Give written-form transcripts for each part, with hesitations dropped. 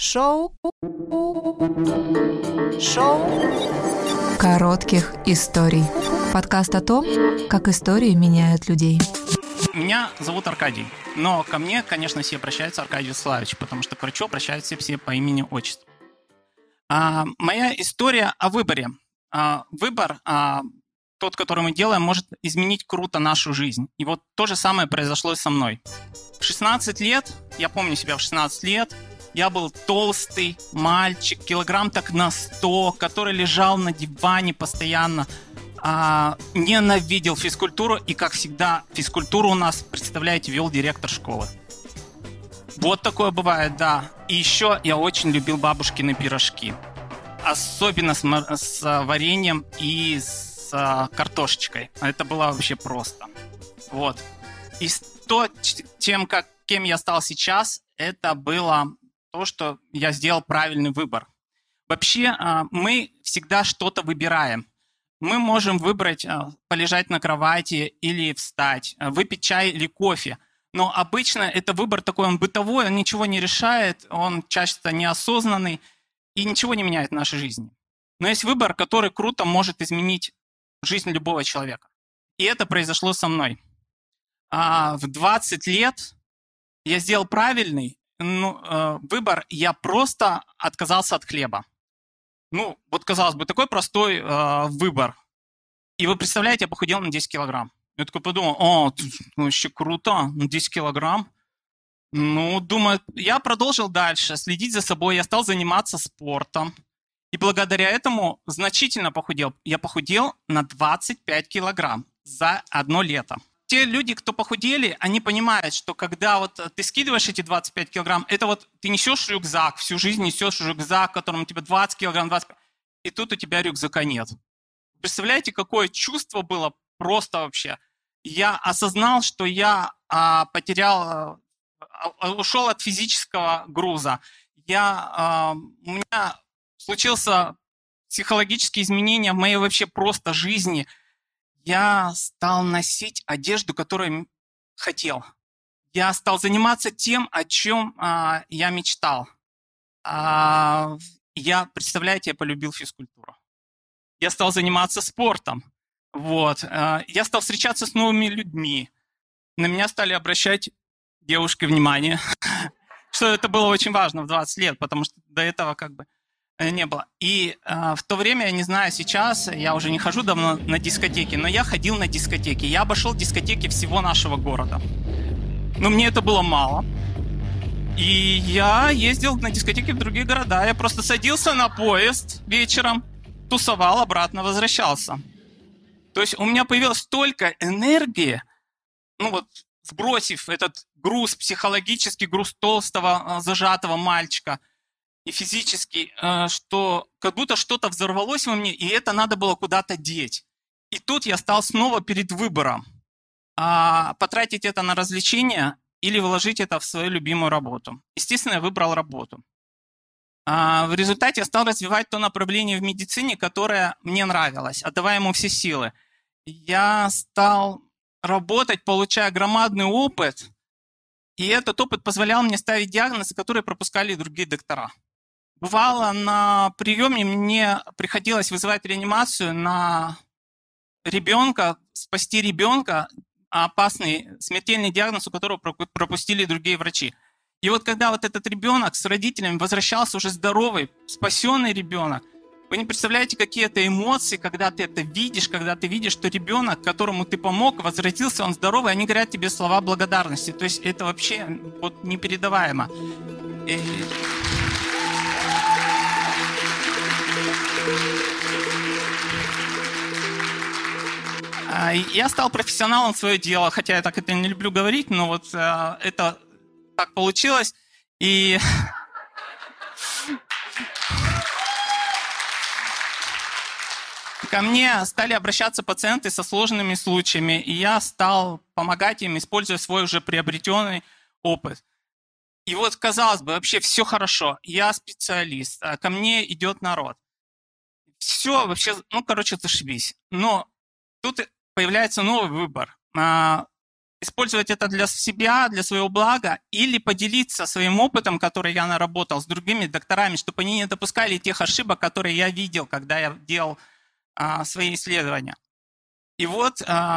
Шоу коротких историй. Подкаст о том, как истории меняют людей. Меня зовут Аркадий, но ко мне, конечно, все обращаются Аркадий Вячеславович, потому что к врачу обращаются все по имени-отчеству. Моя история о выборе. Выбор, тот, который мы делаем, может изменить круто нашу жизнь. И вот то же самое произошло со мной. В 16 лет, я помню себя в 16 лет, я был толстый мальчик, килограмм так на 100, который лежал на диване постоянно, ненавидел физкультуру, и, как всегда, физкультуру у нас, представляете, вел директор школы. Вот такое бывает, да. И еще я очень любил бабушкины пирожки. Особенно с вареньем и с картошечкой. Это было вообще просто. Вот. И кем я стал сейчас, это было то, что я сделал правильный выбор. Вообще, мы всегда что-то выбираем. Мы можем выбрать полежать на кровати или встать, выпить чай или кофе. Но обычно это выбор такой, он бытовой, он ничего не решает, он часто неосознанный и ничего не меняет в нашей жизни. Но есть выбор, который круто может изменить жизнь любого человека. И это произошло со мной. В 20 лет я сделал правильный выбор, я просто отказался от хлеба. Вот казалось бы, такой простой выбор. И вы представляете, я похудел на 10 килограмм. Я такой подумал, вообще круто, 10 килограмм. Думаю, я продолжил дальше следить за собой, я стал заниматься спортом. И благодаря этому значительно похудел. Я похудел на 25 килограмм за одно лето. Те люди, кто похудели, они понимают, что когда вот ты скидываешь эти 25 килограмм, это вот ты несешь рюкзак, всю жизнь несешь рюкзак, в котором у тебя 20 килограмм, 25, и тут у тебя рюкзака нет. Представляете, какое чувство было просто вообще? Я осознал, что я ушел от физического груза. У меня случился психологические изменения в моей вообще просто жизни. Я стал носить одежду, которую хотел. Я стал заниматься тем, о чем я мечтал. Представляете, я полюбил физкультуру. Я стал заниматься спортом. Я стал встречаться с новыми людьми. На меня стали обращать девушки внимание. Что это было очень важно в 20 лет, потому что до этого не было. И в то время, я не знаю, сейчас, я уже не хожу давно на дискотеки, но я ходил на дискотеки. Я обошел дискотеки всего нашего города. Но мне это было мало. И я ездил на дискотеки в другие города. Я просто садился на поезд вечером, тусовал, обратно возвращался. То есть у меня появилось столько энергии, сбросив этот груз, психологический груз толстого, зажатого мальчика, и физически, что как будто что-то взорвалось во мне, и это надо было куда-то деть. И тут я стал снова перед выбором. Потратить это на развлечения или вложить это в свою любимую работу. Естественно, я выбрал работу. В результате я стал развивать то направление в медицине, которое мне нравилось, отдавая ему все силы. Я стал работать, получая громадный опыт, и этот опыт позволял мне ставить диагнозы, которые пропускали другие доктора. Бывало, на приеме мне приходилось вызывать реанимацию на ребенка, спасти ребенка, опасный, смертельный диагноз, у которого пропустили другие врачи. И вот когда вот этот ребенок с родителями возвращался уже здоровый, спасенный ребенок, вы не представляете, какие это эмоции, когда ты это видишь, когда ты видишь, что ребенок, которому ты помог, возвратился, он здоровый, они говорят тебе слова благодарности. То есть это вообще непередаваемо. Я стал профессионалом в свое дело, хотя я так это не люблю говорить, но это так получилось. И ко мне стали обращаться пациенты со сложными случаями, и я стал помогать им, используя свой уже приобретенный опыт. И казалось бы, вообще все хорошо, я специалист, ко мне идет народ. Все вообще, зашибись. Но тут появляется новый выбор. использовать это для себя, для своего блага, или поделиться своим опытом, который я наработал с другими докторами, чтобы они не допускали тех ошибок, которые я видел, когда я делал свои исследования. И вот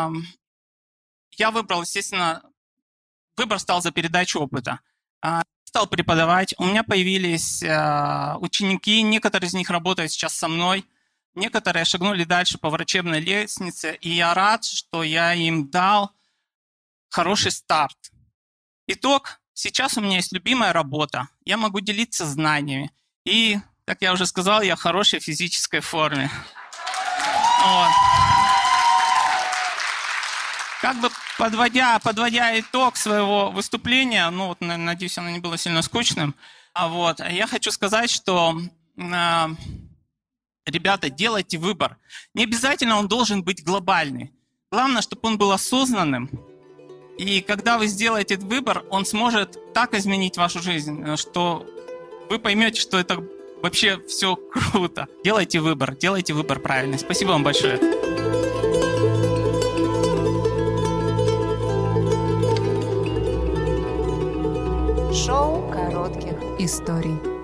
я выбрал, естественно, выбор стал за передачу опыта. Стал преподавать, у меня появились ученики, некоторые из них работают сейчас со мной, некоторые шагнули дальше по врачебной лестнице, и я рад, что я им дал хороший старт. Итог. Сейчас у меня есть любимая работа, я могу делиться знаниями, и, как я уже сказал, я в хорошей физической форме. Вот. Как бы подводя итог своего выступления, надеюсь, оно не было сильно скучным, я хочу сказать, что, ребята, делайте выбор. Не обязательно он должен быть глобальный. Главное, чтобы он был осознанным. И когда вы сделаете этот выбор, он сможет так изменить вашу жизнь, что вы поймете, что это вообще все круто. Делайте выбор правильный. Спасибо вам большое. Шоу коротких историй.